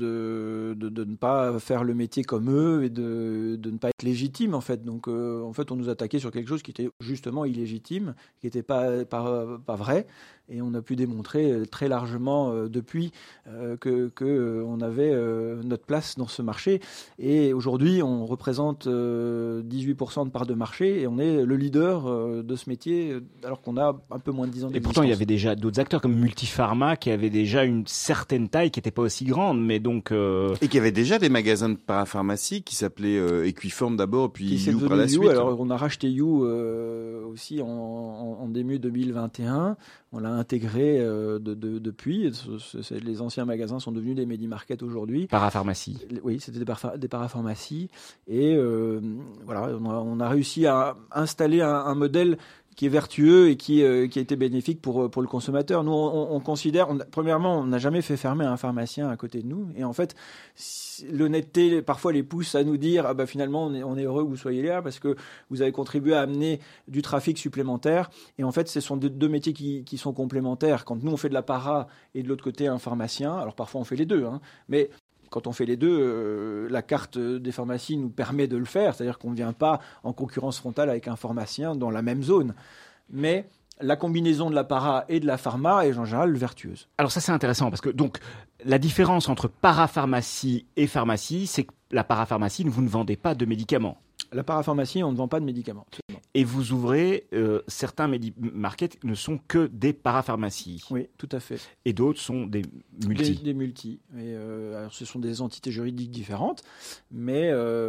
ne pas faire le métier comme eux et de ne pas être légitime en fait. Donc en fait on nous attaquait sur quelque chose qui était justement illégitime, qui n'était pas vrai. Et on a pu démontrer très largement depuis que on avait notre place dans ce marché. Et aujourd'hui, on représente 18% de part de marché et on est le leader de ce métier alors qu'on a un peu moins de 10 ans d'existence. Et pourtant, il y avait déjà d'autres acteurs comme Multipharma qui avaient déjà une certaine taille, qui n'était pas aussi grande, mais donc... Et qui avait déjà des magasins de parapharmacie qui s'appelaient Equiform d'abord, puis You par la You. suite. Alors, on a racheté You aussi en début 2021. On l'a intégré depuis. Les anciens magasins sont devenus des Medi-Market aujourd'hui. Parapharmacie. Oui, c'était des parapharmacies. Et voilà, on a réussi à installer un modèle qui est vertueux et qui a été bénéfique pour le consommateur. Nous, on considère, premièrement, on n'a jamais fait fermer un pharmacien à côté de nous. Et en fait, l'honnêteté, parfois, les pousse à nous dire finalement, on est heureux que vous soyez là parce que vous avez contribué à amener du trafic supplémentaire. Et en fait, ce sont deux métiers qui sont complémentaires. Quand nous, on fait de la para et de l'autre côté, un pharmacien, alors parfois, on fait les deux, mais quand on fait les deux, la carte des pharmacies nous permet de le faire. C'est-à-dire qu'on ne vient pas en concurrence frontale avec un pharmacien dans la même zone. Mais la combinaison de la para et de la pharma est en général vertueuse. Alors ça, c'est intéressant parce que donc la différence entre parapharmacie et pharmacie, c'est que la parapharmacie, vous ne vendez pas de médicaments. La parapharmacie, on ne vend pas de médicaments. Absolument. Et vous ouvrez, certains Medi-Market ne sont que des parapharmacies. Oui, tout à fait. Et d'autres sont des multis. Des multis. Et, alors, ce sont des entités juridiques différentes, mais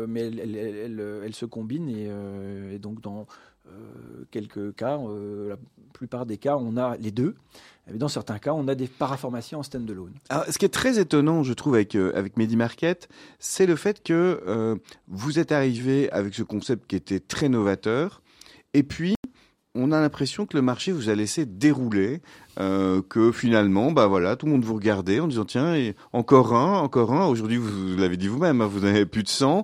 elles se combinent. Et donc, dans quelques cas, la plupart des cas, on a les deux. Mais dans certains cas, on a des parapharmacies en stand-alone. Alors, ce qui est très étonnant, je trouve, avec Medi-Market, c'est le fait que vous êtes arrivé avec ce concept qui était très novateur, et puis on a l'impression que le marché vous a laissé dérouler, que finalement, voilà, tout le monde vous regardait en disant tiens, et encore un. Aujourd'hui, vous l'avez dit vous-même, vous n'avez plus de sang.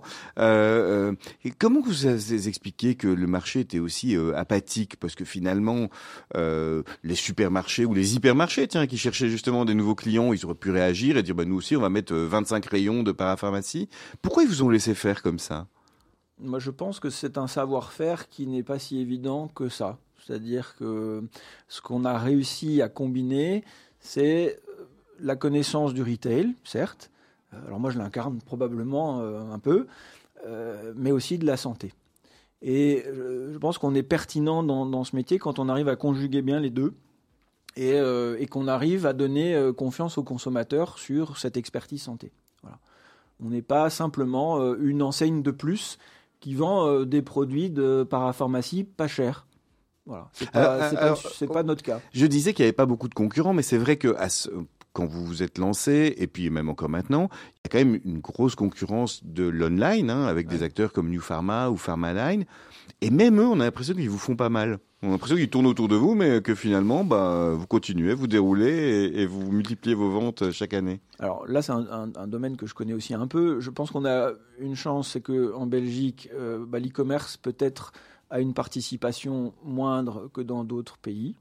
Et comment vous avez expliqué que le marché était aussi apathique? Parce que finalement, les supermarchés ou les hypermarchés, qui cherchaient justement des nouveaux clients, ils auraient pu réagir et dire nous aussi, on va mettre 25 rayons de parapharmacie. Pourquoi ils vous ont laissé faire comme ça? Moi, je pense que c'est un savoir-faire qui n'est pas si évident que ça. C'est-à-dire que ce qu'on a réussi à combiner, c'est la connaissance du retail, certes. Alors moi, je l'incarne probablement un peu, mais aussi de la santé. Et je pense qu'on est pertinent dans ce métier quand on arrive à conjuguer bien les deux et qu'on arrive à donner confiance aux consommateurs sur cette expertise santé. Voilà. On n'est pas simplement une enseigne de plus qui vend des produits de parapharmacie pas chers. Voilà, c'est pas notre cas. Je disais qu'il n'y avait pas beaucoup de concurrents, mais c'est vrai que quand vous vous êtes lancé, et puis même encore maintenant, il y a quand même une grosse concurrence de l'online, avec des acteurs comme New Pharma ou Pharmaline. Et même eux, on a l'impression qu'ils vous font pas mal. On a l'impression qu'ils tournent autour de vous, mais que finalement, vous continuez, vous déroulez et vous multipliez vos ventes chaque année. Alors là, c'est un domaine que je connais aussi un peu. Je pense qu'on a une chance, c'est qu'en Belgique, l'e-commerce peut-être a une participation moindre que dans d'autres pays.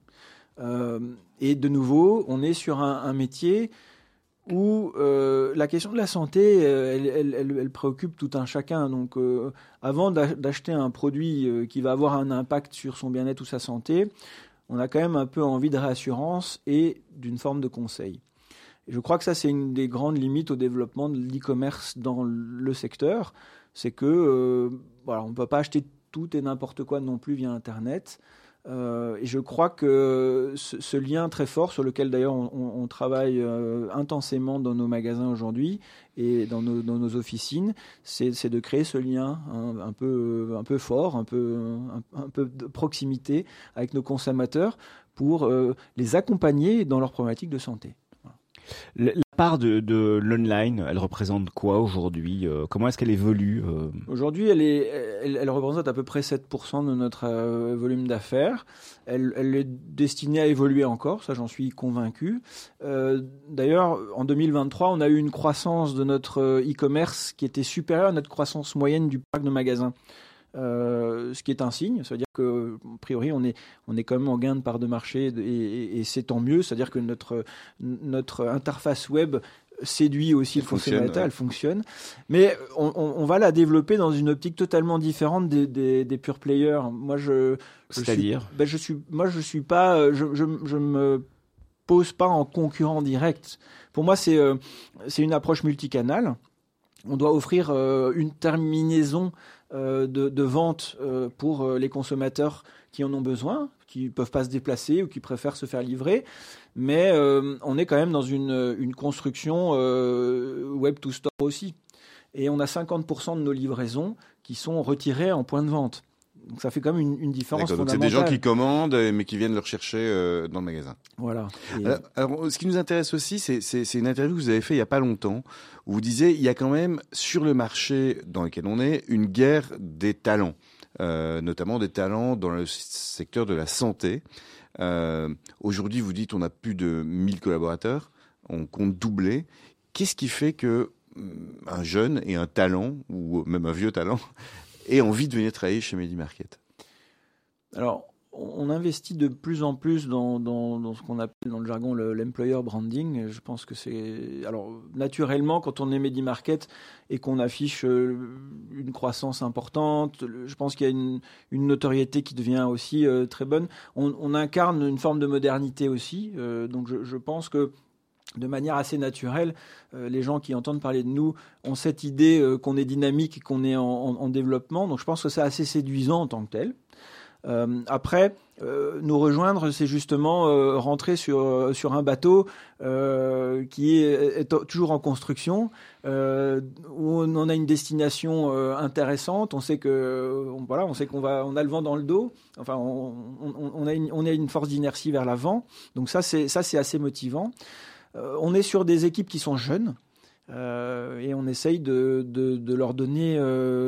Et de nouveau, on est sur un métier où la question de la santé, elle préoccupe tout un chacun. Donc, avant d'acheter un produit qui va avoir un impact sur son bien-être ou sa santé, on a quand même un peu envie de réassurance et d'une forme de conseil. Et je crois que ça, c'est une des grandes limites au développement de l'e-commerce dans le secteur. C'est que on ne peut pas acheter tout et n'importe quoi non plus via Internet. Et je crois que ce lien très fort, sur lequel d'ailleurs on travaille intensément dans nos magasins aujourd'hui et dans nos officines, c'est de créer ce lien un peu fort, un peu de proximité avec nos consommateurs pour les accompagner dans leurs problématiques de santé. La part de l'online, elle représente quoi aujourd'hui? Comment est-ce qu'elle évolue? Aujourd'hui, elle représente à peu près 7% de notre volume d'affaires. Elle est destinée à évoluer encore, ça j'en suis convaincu. D'ailleurs, en 2023, on a eu une croissance de notre e-commerce qui était supérieure à notre croissance moyenne du parc de magasins. Ce qui est un signe, ça veut dire que a priori on est quand même en gain de part de marché et c'est tant mieux, c'est-à-dire que notre interface web séduit aussi le consommateur, elle fonctionne, mais on va la développer dans une optique totalement différente des pure players. Moi je me pose pas en concurrent direct. Pour moi c'est une approche multicanale. On doit offrir une terminaison de vente pour les consommateurs qui en ont besoin, qui ne peuvent pas se déplacer ou qui préfèrent se faire livrer. Mais on est quand même dans une construction web to store aussi. Et on a 50% de nos livraisons qui sont retirées en point de vente. Donc ça fait quand même une différence fondamentale. Donc c'est des gens qui commandent, mais qui viennent le rechercher dans le magasin. Voilà. Alors, ce qui nous intéresse aussi, c'est une interview que vous avez faite il n'y a pas longtemps, où vous disiez il y a quand même sur le marché dans lequel on est une guerre des talents, notamment des talents dans le secteur de la santé. Aujourd'hui, vous dites on a plus de 1000 collaborateurs, on compte doubler. Qu'est-ce qui fait que un jeune et un talent, ou même un vieux talent, ait envie de venir travailler chez MediMarket? Alors, on investit de plus en plus dans ce qu'on appelle dans le jargon l'employer branding. Je pense que c'est... Alors, naturellement, quand on est MediMarket et qu'on affiche une croissance importante, je pense qu'il y a une notoriété qui devient aussi très bonne. On incarne une forme de modernité aussi. Donc, je pense que de manière assez naturelle, les gens qui entendent parler de nous ont cette idée qu'on est dynamique et qu'on est en développement. Donc je pense que c'est assez séduisant en tant que tel. Après, nous rejoindre, c'est justement rentrer sur un bateau qui est toujours en construction, où on a une destination intéressante. On sait qu'on a le vent dans le dos. Enfin, on a une force d'inertie vers l'avant. Donc ça, c'est assez motivant. On est sur des équipes qui sont jeunes et on essaye de leur donner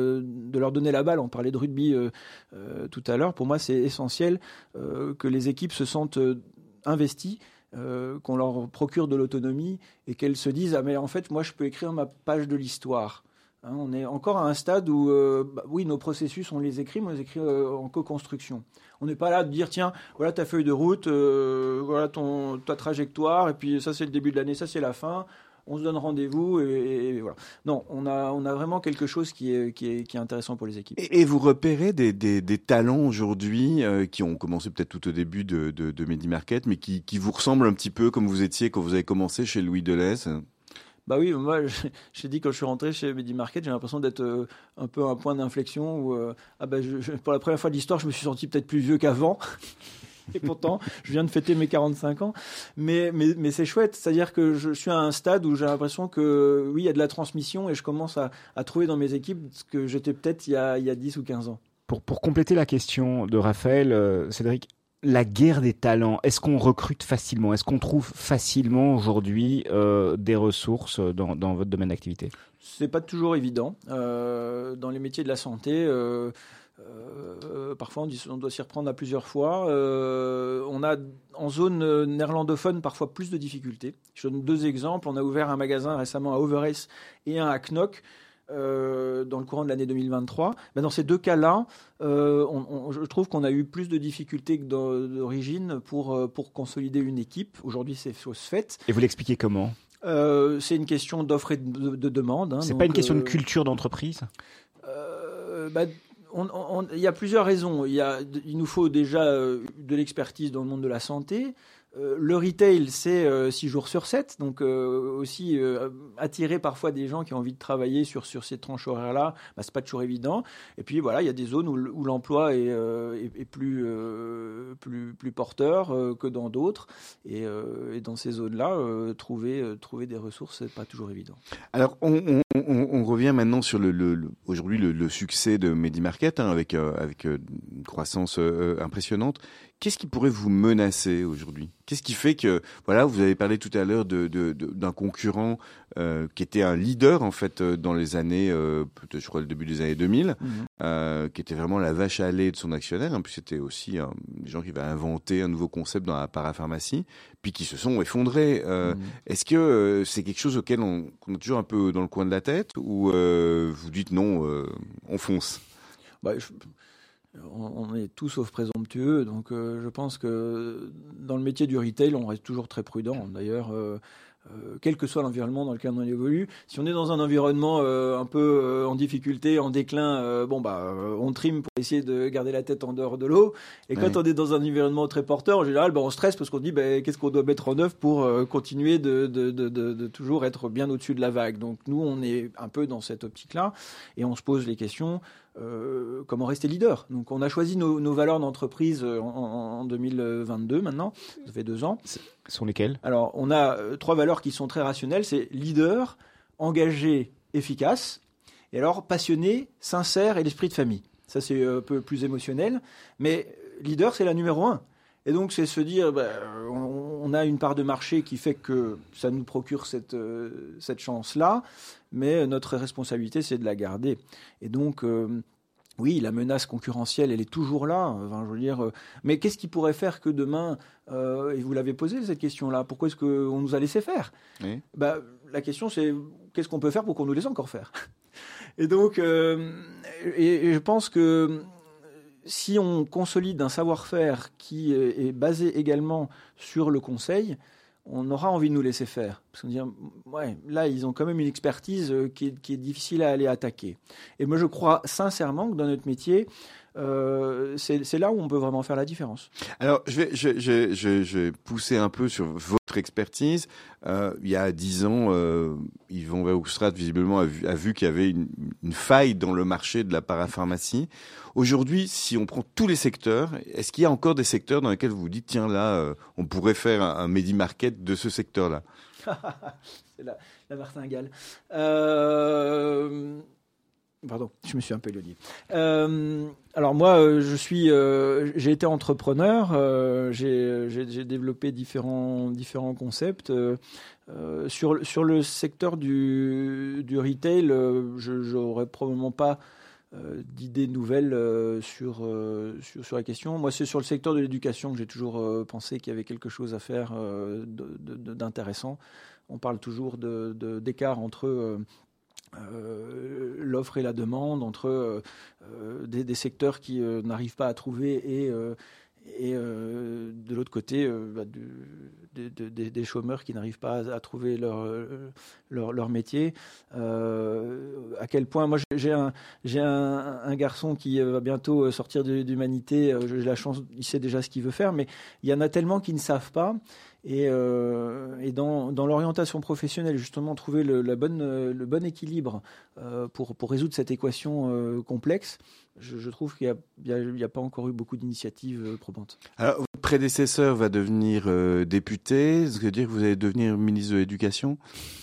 la balle. On parlait de rugby tout à l'heure. Pour moi, c'est essentiel que les équipes se sentent investies, qu'on leur procure de l'autonomie et qu'elles se disent « Ah mais en fait, moi, je peux écrire ma page de l'histoire ». On est encore à un stade où, oui, nos processus, on les écrit, mais on les écrit en co-construction. On n'est pas là de dire, tiens, voilà ta feuille de route, voilà ta trajectoire, et puis ça, c'est le début de l'année, ça, c'est la fin. On se donne rendez-vous, et voilà. Non, on a vraiment quelque chose qui est intéressant pour les équipes. Et vous repérez des talents aujourd'hui qui ont commencé peut-être tout au début de MediMarket, mais qui vous ressemblent un petit peu comme vous étiez quand vous avez commencé chez Louis Delhaize? Bah oui, moi, j'ai dit quand je suis rentré chez MediMarket, j'ai l'impression d'être un peu à un point d'inflexion où, pour la première fois de l'histoire, je me suis senti peut-être plus vieux qu'avant. Et pourtant, je viens de fêter mes 45 ans. Mais c'est chouette. C'est-à-dire que je suis à un stade où j'ai l'impression que, oui, il y a de la transmission et je commence à trouver dans mes équipes ce que j'étais peut-être il y a 10 ou 15 ans. Pour compléter la question de Raphaël, Cédric, la guerre des talents, est-ce qu'on recrute facilement? Est-ce qu'on trouve facilement aujourd'hui des ressources dans votre domaine d'activité? C'est pas toujours évident. Dans les métiers de la santé, parfois on doit s'y reprendre à plusieurs fois. On a en zone néerlandophone parfois plus de difficultés. Je donne 2 exemples. On a ouvert un magasin récemment à Overijse et un à Knock. Dans le courant de l'année 2023. Dans ces 2 cas-là, je trouve qu'on a eu plus de difficultés que d'origine pour consolider une équipe. Aujourd'hui, c'est chose faite. Et vous l'expliquez comment? C'est une question d'offre et de demande. C'est donc, pas une question de culture d'entreprise? Il y a plusieurs raisons. Il nous faut déjà de l'expertise dans le monde de la santé. Le retail, c'est 6 jours sur 7, donc aussi attirer parfois des gens qui ont envie de travailler sur ces tranches horaires-là, c'est pas toujours évident. Et puis voilà, il y a des zones où l'emploi est plus porteur que dans d'autres. Et dans ces zones-là, trouver des ressources, c'est pas toujours évident. Alors on revient maintenant sur aujourd'hui le succès de MediMarket avec une croissance impressionnante. Qu'est-ce qui pourrait vous menacer aujourd'hui ? Qu'est-ce qui fait que, voilà, vous avez parlé tout à l'heure d'un concurrent qui était un leader en fait dans les années, peut-être je crois le début des années 2000, qui était vraiment la vache à lait de son actionnaire. En plus, c'était aussi des gens qui avaient inventé un nouveau concept dans la parapharmacie, puis qui se sont effondrés. Est-ce que c'est quelque chose auquel on est toujours un peu dans le coin de la tête, ou vous dites non, on fonce ? On est tout sauf présomptueux, donc je pense que dans le métier du retail, on reste toujours très prudent. D'ailleurs, quel que soit l'environnement dans lequel on évolue, si on est dans un environnement un peu en difficulté, en déclin, on trime pour essayer de garder la tête en dehors de l'eau. Et quand on est dans un environnement très porteur, en général, on stresse parce qu'on dit qu'est-ce qu'on doit mettre en œuvre pour continuer de toujours être bien au-dessus de la vague. Donc nous, on est un peu dans cette optique-là et on se pose les questions. Comment rester leader. Donc on a choisi nos valeurs d'entreprise en 2022 maintenant, ça fait 2 ans. Ce sont lesquelles ? Alors on a 3 valeurs qui sont très rationnelles, c'est leader, engagé, efficace, et alors passionné, sincère et l'esprit de famille. Ça c'est un peu plus émotionnel, mais leader c'est la numéro 1. Et donc c'est se dire, on a une part de marché qui fait que ça nous procure cette chance-là, mais notre responsabilité, c'est de la garder. Et donc, oui, la menace concurrentielle, elle est toujours là. Enfin, je veux dire, mais qu'est-ce qui pourrait faire que demain, et vous l'avez posé cette question-là, pourquoi est-ce qu'on nous a laissé faire ? Oui. La question, c'est qu'est-ce qu'on peut faire pour qu'on nous laisse encore faire ? Et donc, et je pense que si on consolide un savoir-faire qui est basé également sur le conseil, on aura envie de nous laisser faire. Parce qu'on dit, là, ils ont quand même une expertise qui est difficile à aller attaquer. Et moi, je crois sincèrement que dans notre métier, c'est là où on peut vraiment faire la différence. Alors, je vais pousser un peu sur votre expertise. Il y a 10 ans, Yvon Verhofstadt, visiblement, a vu qu'il y avait une faille dans le marché de la parapharmacie. Aujourd'hui, si on prend tous les secteurs, est-ce qu'il y a encore des secteurs dans lesquels vous vous dites, tiens, là, on pourrait faire un Medi-Market de ce secteur-là ? C'est la martingale. Pardon, je me suis un peu éloigné. Alors moi, j'ai été entrepreneur. J'ai développé différents concepts. Sur le secteur du retail, j'aurais probablement pas d'idées nouvelles sur la question. Moi, c'est sur le secteur de l'éducation que j'ai toujours pensé qu'il y avait quelque chose à faire d'intéressant. On parle toujours d'écart entre l'offre et la demande, entre des secteurs qui n'arrivent pas à trouver et de l'autre côté des chômeurs qui n'arrivent pas à trouver leur métier. À quel point, moi j'ai un garçon qui va bientôt sortir d'humanité, j'ai la chance, il sait déjà ce qu'il veut faire, mais il y en a tellement qui ne savent pas. Et dans l'orientation professionnelle, justement, trouver le bon équilibre pour résoudre cette équation complexe, je trouve qu'il n'y a pas encore eu beaucoup d'initiatives probantes. Alors, votre prédécesseur va devenir député, ça veut dire que vous allez devenir ministre de l'Éducation ?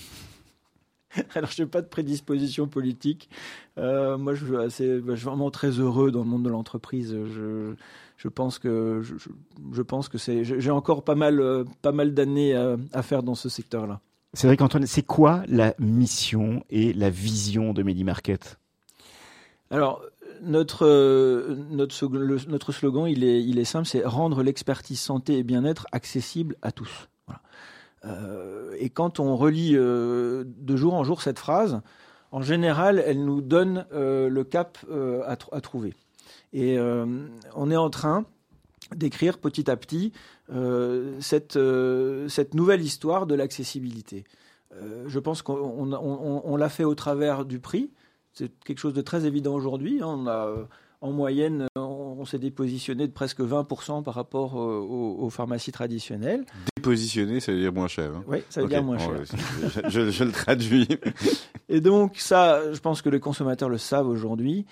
Alors, je n'ai pas de prédisposition politique. Moi, je suis vraiment très heureux dans le monde de l'entreprise. Je pense que j'ai encore pas mal d'années à faire dans ce secteur-là. Cédric Antoine, c'est quoi la mission et la vision de Medi-Market ? Alors, notre slogan, il est simple, c'est rendre l'expertise santé et bien-être accessible à tous. Voilà. Et quand on relit de jour en jour cette phrase, en général, elle nous donne le cap à trouver. Et on est en train d'écrire petit à petit cette nouvelle histoire de l'accessibilité. Je pense qu'on l'a fait au travers du prix. C'est quelque chose de très évident aujourd'hui. On a, en moyenne, on s'est dépositionné de presque 20% par rapport aux pharmacies traditionnelles. Dépositionné, ça veut dire moins cher. Oui, ça veut dire moins cher. Je le traduis. Et donc ça, je pense que les consommateurs le savent aujourd'hui.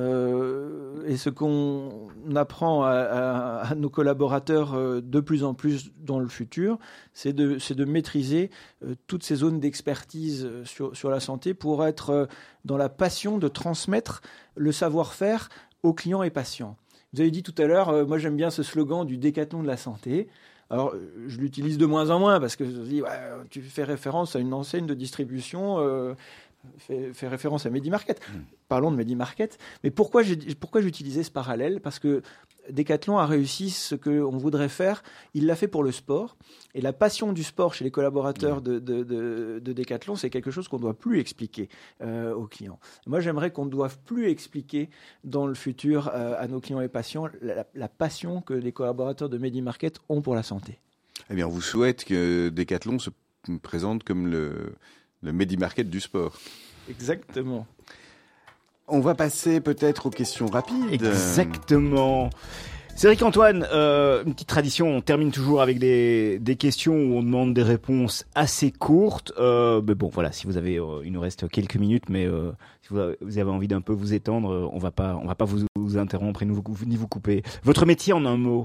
Et ce qu'on apprend à nos collaborateurs de plus en plus dans le futur, c'est de maîtriser toutes ces zones d'expertise sur la santé pour être dans la passion de transmettre le savoir-faire aux clients et patients. Vous avez dit tout à l'heure, moi j'aime bien ce slogan du décathlon de la santé. Alors, je l'utilise de moins en moins parce que je dis, tu fais référence à une enseigne de distribution, fait référence à Medi-Market. Parlons de Medi-Market. Mais pourquoi j'utilisais ce parallèle ? Parce que Decathlon a réussi ce qu'on voudrait faire. Il l'a fait pour le sport. Et la passion du sport chez les collaborateurs de Decathlon, c'est quelque chose qu'on ne doit plus expliquer aux clients. Moi, j'aimerais qu'on ne doive plus expliquer dans le futur à nos clients et patients la passion que les collaborateurs de Medi-Market ont pour la santé. Eh bien, on vous souhaite que Decathlon se présente comme le Medi-Market du sport. Exactement. On va passer peut-être aux questions rapides. Exactement. Cédric Antoine, une petite tradition, on termine toujours avec des questions où on demande des réponses assez courtes. Mais bon, voilà, si vous avez, il nous reste quelques minutes, mais si vous avez envie d'un peu vous étendre, on va pas vous interrompre ni vous couper. Votre métier en un mot ?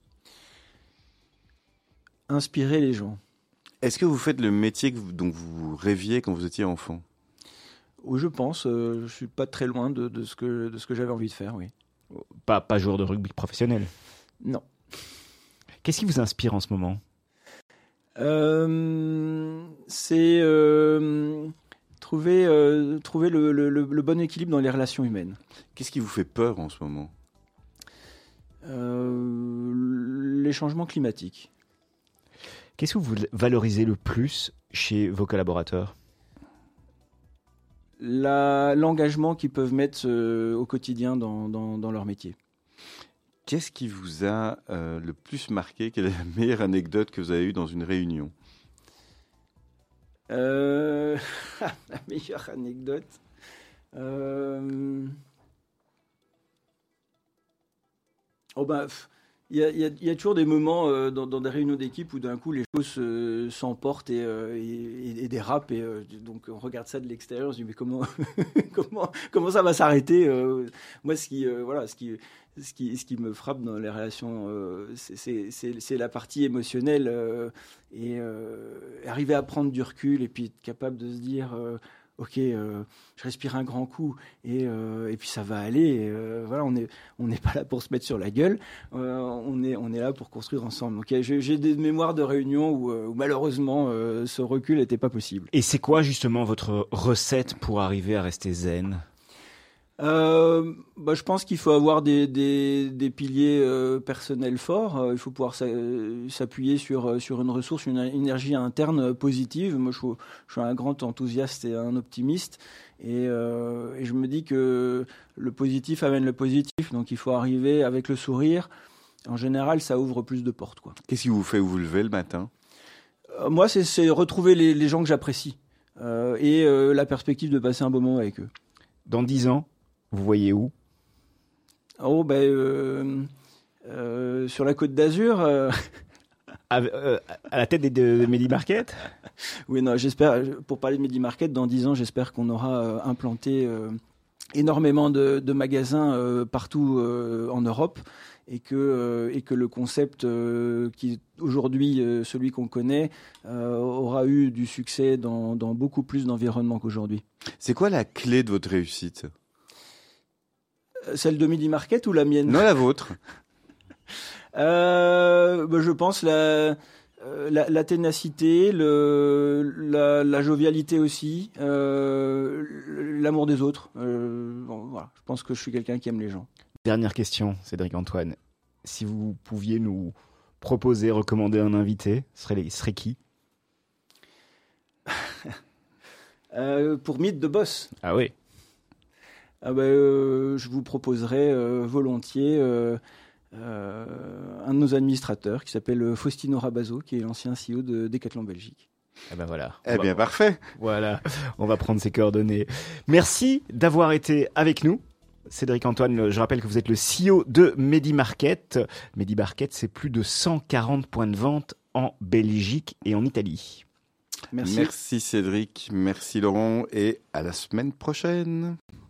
Inspirer les gens. Est-ce que vous faites le métier dont vous rêviez quand vous étiez enfant ? Oui, je pense. Je suis pas très loin de ce que j'avais envie de faire, oui. Pas joueur de rugby professionnel ? Non. Qu'est-ce qui vous inspire en ce moment ? C'est trouver le bon équilibre dans les relations humaines. Qu'est-ce qui vous fait peur en ce moment ? Les changements climatiques. Qu'est-ce que vous valorisez le plus chez vos collaborateurs ? L'engagement qu'ils peuvent mettre au quotidien dans leur métier. Qu'est-ce qui vous a le plus marqué ? Quelle est la meilleure anecdote que vous avez eue dans une réunion ? La meilleure anecdote. Il y a toujours des moments dans des réunions d'équipe où d'un coup les choses s'emportent et dérapent et donc on regarde ça de l'extérieur, on se dit mais comment ça va s'arrêter Moi ce qui me frappe dans les relations c'est la partie émotionnelle et arriver à prendre du recul et puis être capable de se dire ok, je respire un grand coup et puis ça va aller. Voilà, on n'est pas là pour se mettre sur la gueule. On est là pour construire ensemble. Donc j'ai des mémoires de réunions où malheureusement ce recul n'était pas possible. Et c'est quoi justement votre recette pour arriver à rester zen ? Je pense qu'il faut avoir des piliers personnels forts. Il faut pouvoir s'appuyer sur une ressource, une énergie interne positive. Moi, je suis un grand enthousiaste et un optimiste. Et je me dis que le positif amène le positif. Donc, il faut arriver avec le sourire. En général, ça ouvre plus de portes, quoi. Qu'est-ce qui vous fait vous lever le matin ? Moi, c'est retrouver les gens que j'apprécie et la perspective de passer un bon moment avec eux. Dans 10 ans, vous voyez où ? Sur la Côte d'Azur. À la tête de Medi-Market ? Oui, non, j'espère, pour parler de Medi-Market, dans 10 ans, j'espère qu'on aura implanté énormément de magasins partout en Europe et que le concept qui est aujourd'hui celui qu'on connaît aura eu du succès dans beaucoup plus d'environnements qu'aujourd'hui. C'est quoi la clé de votre réussite ? Celle de Medi-Market ou la mienne ? Non, la vôtre. Je pense la ténacité, la jovialité aussi, l'amour des autres. Voilà, je pense que je suis quelqu'un qui aime les gens. Dernière question, Cédric Antoine. Si vous pouviez nous proposer, recommander un invité, ce serait qui ? Pour Meet the Boss. Ah oui. Je vous proposerai volontiers un de nos administrateurs qui s'appelle Faustino Rabazo, qui est l'ancien CEO de Decathlon Belgique. Voilà. Parfait. Voilà, on va prendre ses coordonnées. Merci d'avoir été avec nous. Cédric Antoine, je rappelle que vous êtes le CEO de Medi-Market. Medi-Market, c'est plus de 140 points de vente en Belgique et en Italie. Merci Cédric, merci Laurent et à la semaine prochaine.